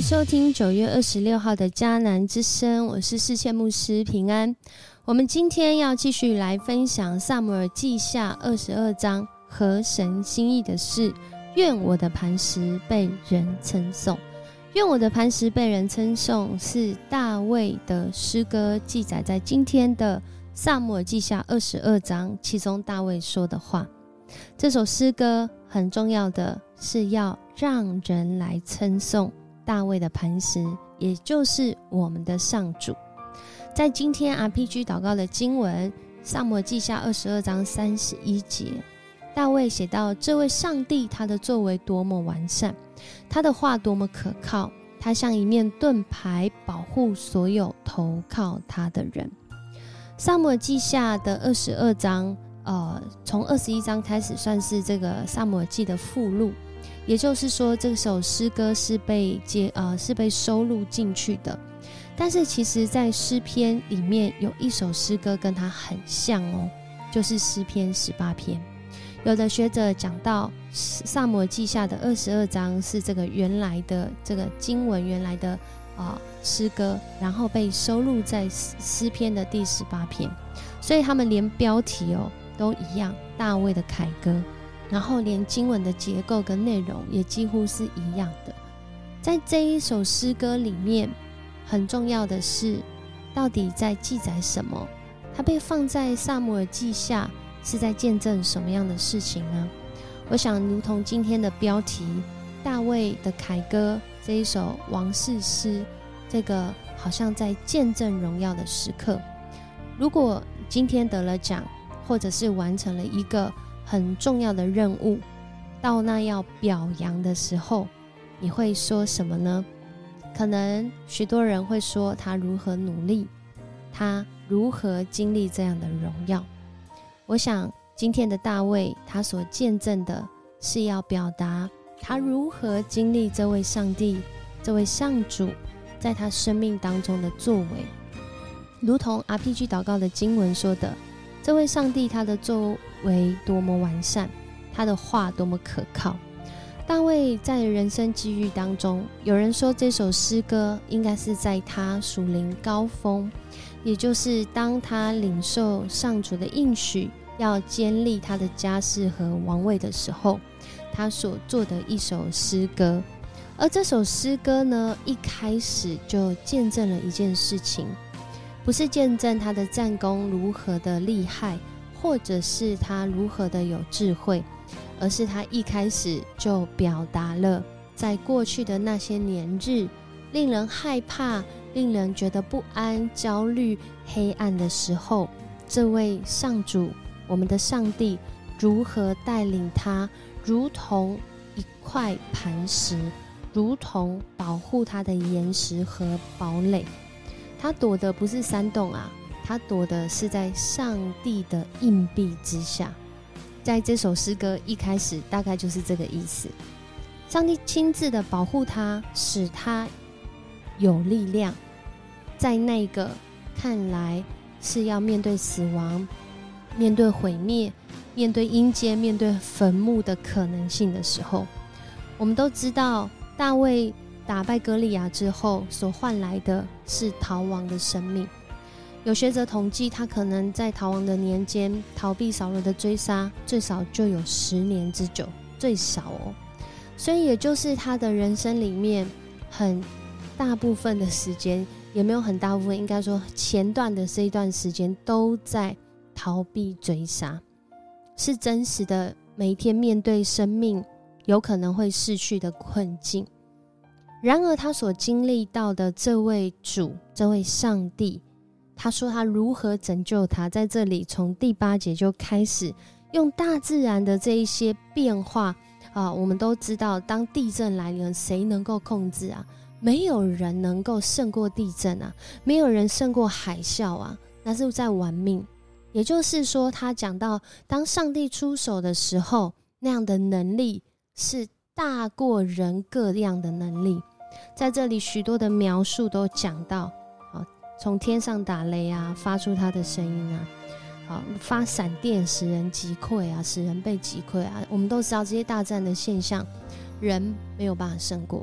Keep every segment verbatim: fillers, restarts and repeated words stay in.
收听九月二十六号的迦南之声，我是世界牧师平安。我们今天要继续来分享撒母耳记下二十二章，合神心意的事，愿我的磐石被人称颂。愿我的磐石被人称颂是大卫的诗歌，记载在今天的撒母耳记下二十二章，其中大卫说的话。这首诗歌很重要的是要让人来称颂大卫的磐石，也就是我们的上主。在今天 R P G 祷告的经文撒母耳记下二十二章三十一节，大卫写到这位上帝他的作为多么完善，他的话多么可靠，他像一面盾牌，保护所有投靠他的人。撒母耳记下的二十二章呃，从二十一章开始算是这个撒母耳记的附录，也就是说这首诗歌是被接呃是被收录进去的。但是其实在诗篇里面有一首诗歌跟它很像哦，就是诗篇十八篇。有的学者讲到撒母耳记下的二十二章是这个原来的这个经文原来的呃诗歌，然后被收录在诗篇的第十八篇，所以他们连标题哦都一样，大卫的凯歌，然后连经文的结构跟内容也几乎是一样的。在这一首诗歌里面很重要的是到底在记载什么，它被放在撒母耳记下是在见证什么样的事情呢？我想如同今天的标题大卫的凯歌这一首王室诗，这个好像在见证荣耀的时刻。如果今天得了奖，或者是完成了一个很重要的任务，到那要表扬的时候，你会说什么呢？可能许多人会说他如何努力，他如何经历这样的荣耀。我想今天的大卫他所见证的是要表达他如何经历这位上帝，这位上主在他生命当中的作为。如同 R P G 祷告的经文说的，这位上帝他的作为多么完善，他的话多么可靠。大卫在人生际遇当中，有人说这首诗歌应该是在他属灵高峰，也就是当他领受上主的应许，要建立他的家室和王位的时候，他所做的一首诗歌。而这首诗歌呢，一开始就见证了一件事情，不是见证他的战功如何的厉害，或者是他如何的有智慧，而是他一开始就表达了在过去的那些年日，令人害怕，令人觉得不安、焦虑、黑暗的时候，这位上主，我们的上帝如何带领他，如同一块磐石，如同保护他的岩石和堡垒。他躲的不是山洞啊，他躲的是在上帝的荫庇之下。在这首诗歌一开始大概就是这个意思，上帝亲自的保护他，使他有力量，在那个看来是要面对死亡、面对毁灭、面对阴间、面对坟墓的可能性的时候。我们都知道大卫打败歌利亚之后所换来的是逃亡的生命，有学者统计他可能在逃亡的年间逃避扫罗的追杀最少就有十年之久，最少哦。所以也就是他的人生里面很大部分的时间，也没有很大部分，应该说前段的这一段时间都在逃避追杀，是真实的每一天面对生命有可能会逝去的困境。然而他所经历到的这位主，这位上帝，他说他如何拯救他，在这里从第八节就开始用大自然的这一些变化啊，我们都知道当地震来临谁能够控制啊？没有人能够胜过地震啊，没有人胜过海啸啊，那是在玩命。也就是说他讲到当上帝出手的时候，那样的能力是大过人各样的能力。在这里许多的描述都讲到从天上打雷啊，发出他的声音啊，好发闪电使人击溃啊，使人被击溃啊。我们都知道这些大战的现象人没有办法胜过，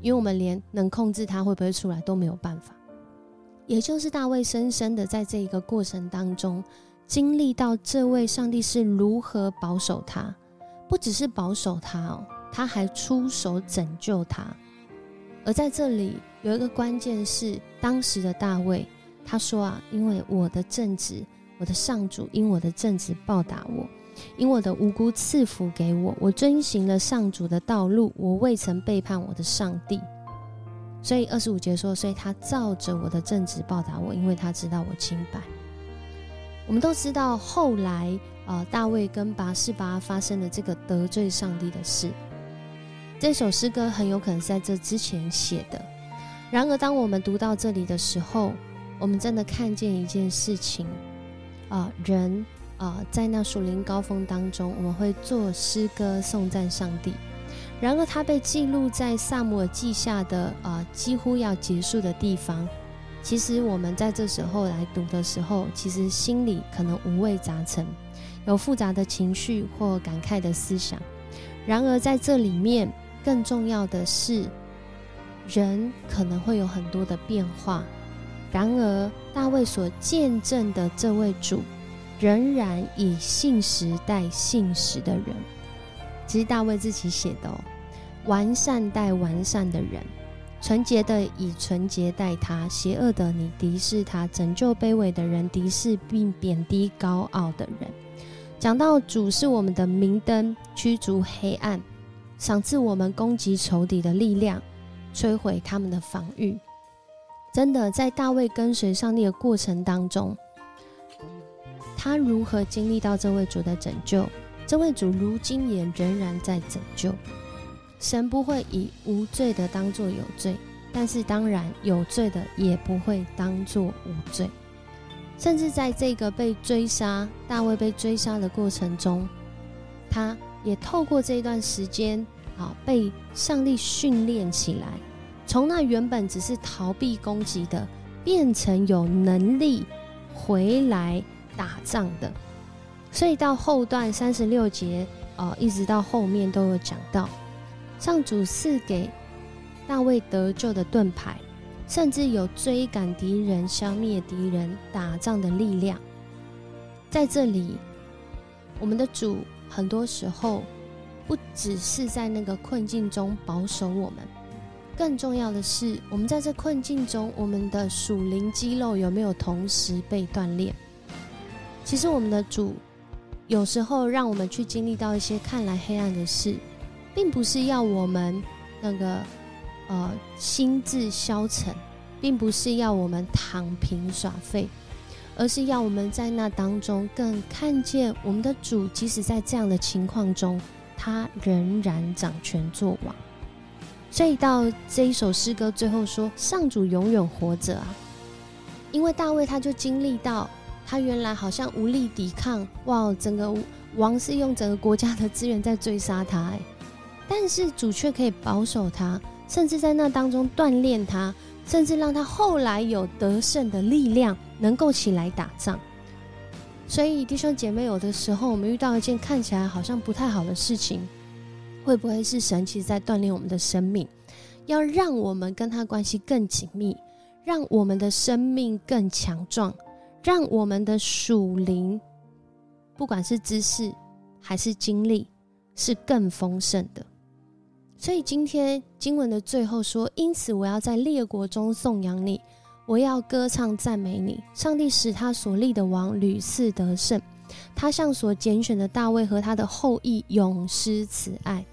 因为我们连能控制他会不会出来都没有办法。也就是大卫深深的在这一个过程当中经历到这位上帝是如何保守他，不只是保守他哦，他还出手拯救他。而在这里有一个关键是，当时的大卫他说啊，因为我的正直，我的上主因我的正直报答我，因我的无辜赐福给我，我遵行了上主的道路，我未曾背叛我的上帝。所以二十五节说，所以他照着我的正直报答我，因为他知道我清白。我们都知道后来、呃、大卫跟拔示巴发生了这个得罪上帝的事，这首诗歌很有可能是在这之前写的。然而当我们读到这里的时候，我们真的看见一件事情、呃、人、呃、在那属灵高峰当中，我们会做诗歌颂赞上帝。然而它被记录在撒母耳记下的、呃、几乎要结束的地方，其实我们在这时候来读的时候，其实心里可能五味杂陈，有复杂的情绪或感慨的思想。然而在这里面更重要的是，人可能会有很多的变化，然而大卫所见证的这位主仍然以信实待信实的人。其实大卫自己写的哦，完善待完善的人，纯洁的以纯洁待他，邪恶的你敌视他，拯救卑微的人，敌视并贬低高傲的人。讲到主是我们的明灯，驱逐黑暗，赏赐我们攻击仇敌的力量，摧毁他们的防御。真的在大卫跟随上帝的过程当中，他如何经历到这位主的拯救，这位主如今也仍然在拯救。神不会以无罪的当作有罪，但是当然有罪的也不会当作无罪。甚至在这个被追杀，大卫被追杀的过程中，他也透过这一段时间、啊、被上帝训练起来，从那原本只是逃避攻击的，变成有能力回来打仗的。所以到后段三十六节、呃、一直到后面都有讲到，上主赐给大卫得救的盾牌，甚至有追赶敌人、消灭敌人、打仗的力量。在这里，我们的主很多时候不只是在那个困境中保守我们，更重要的是，我们在这困境中，我们的属灵肌肉有没有同时被锻炼？其实我们的主有时候让我们去经历到一些看来黑暗的事，并不是要我们那个呃心智消沉，并不是要我们躺平耍废，而是要我们在那当中更看见我们的主，即使在这样的情况中，他仍然掌权作王。所以到这一首诗歌最后说，上主永远活着啊，因为大卫他就经历到，他原来好像无力抵抗，哇，整个王是用整个国家的资源在追杀他、欸、但是主却可以保守他，甚至在那当中锻炼他，甚至让他后来有得胜的力量，能够起来打仗。所以弟兄姐妹，有的时候我们遇到一件看起来好像不太好的事情，会不会是神其实在锻炼我们的生命，要让我们跟他关系更紧密，让我们的生命更强壮，让我们的属灵不管是知识还是经历是更丰盛的。所以今天经文的最后说，因此我要在列国中颂扬你，我要歌唱赞美你。上帝使他所立的王屡次得胜，他向所拣选的大卫和他的后裔永施慈爱。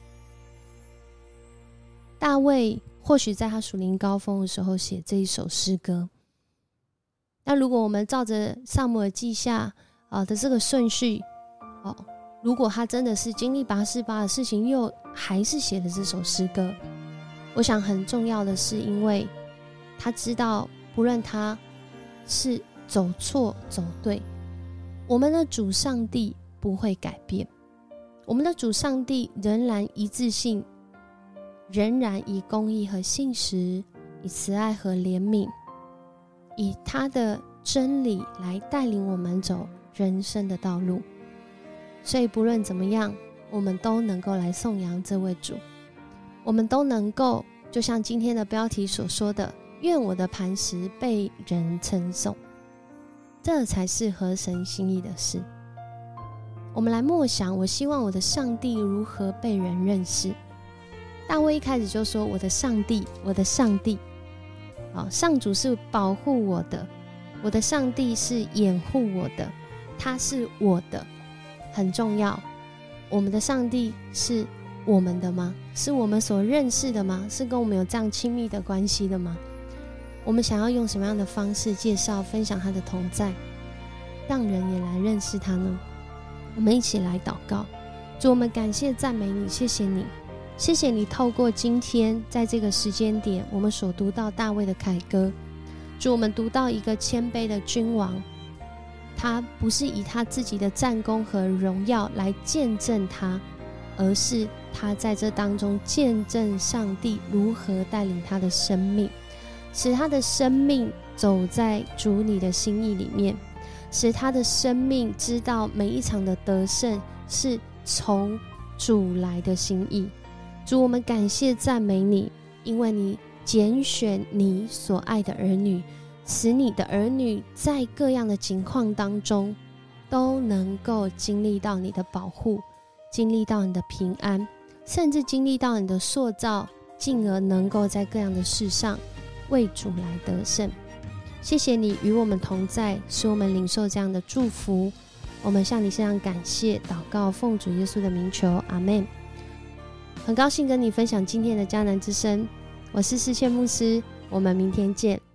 大卫或许在他属灵高峰的时候写这一首诗歌，那如果我们照着撒母耳记下、呃、的这个顺序、哦、如果他真的是经历拔示巴的事情，又还是写了这首诗歌，我想很重要的是，因为他知道不论他是走错走对，我们的主上帝不会改变，我们的主上帝仍然一致性，仍然以公义和信实，以慈爱和怜悯，以他的真理来带领我们走人生的道路。所以不论怎么样，我们都能够来颂扬这位主，我们都能够就像今天的标题所说的，愿我的磐石被人称颂，这才是合神心意的事。我们来默想，我希望我的上帝如何被人认识。大卫一开始就说，我的上帝，我的上帝，哦，上主是保护我的，我的上帝是掩护我的，他是我的，很重要。我们的上帝是我们的吗？是我们所认识的吗？是跟我们有这样亲密的关系的吗？我们想要用什么样的方式介绍分享他的同在，让人也来认识他呢？我们一起来祷告。主，我们感谢赞美你，谢谢你，谢谢你透过今天在这个时间点我们所读到大卫的凯歌。主，我们读到一个谦卑的君王，他不是以他自己的战功和荣耀来见证他，而是他在这当中见证上帝如何带领他的生命，使他的生命走在主你的心意里面，使他的生命知道每一场的得胜是从主来的心意。主，我们感谢赞美你，因为你拣选你所爱的儿女，使你的儿女在各样的情况当中都能够经历到你的保护，经历到你的平安，甚至经历到你的塑造，进而能够在各样的事上为主来得胜。谢谢你与我们同在，使我们领受这样的祝福。我们向你献上感谢祷告，奉主耶稣的名求，阿们。很高兴跟你分享今天的迦南之声，我是世界牧师，我们明天见。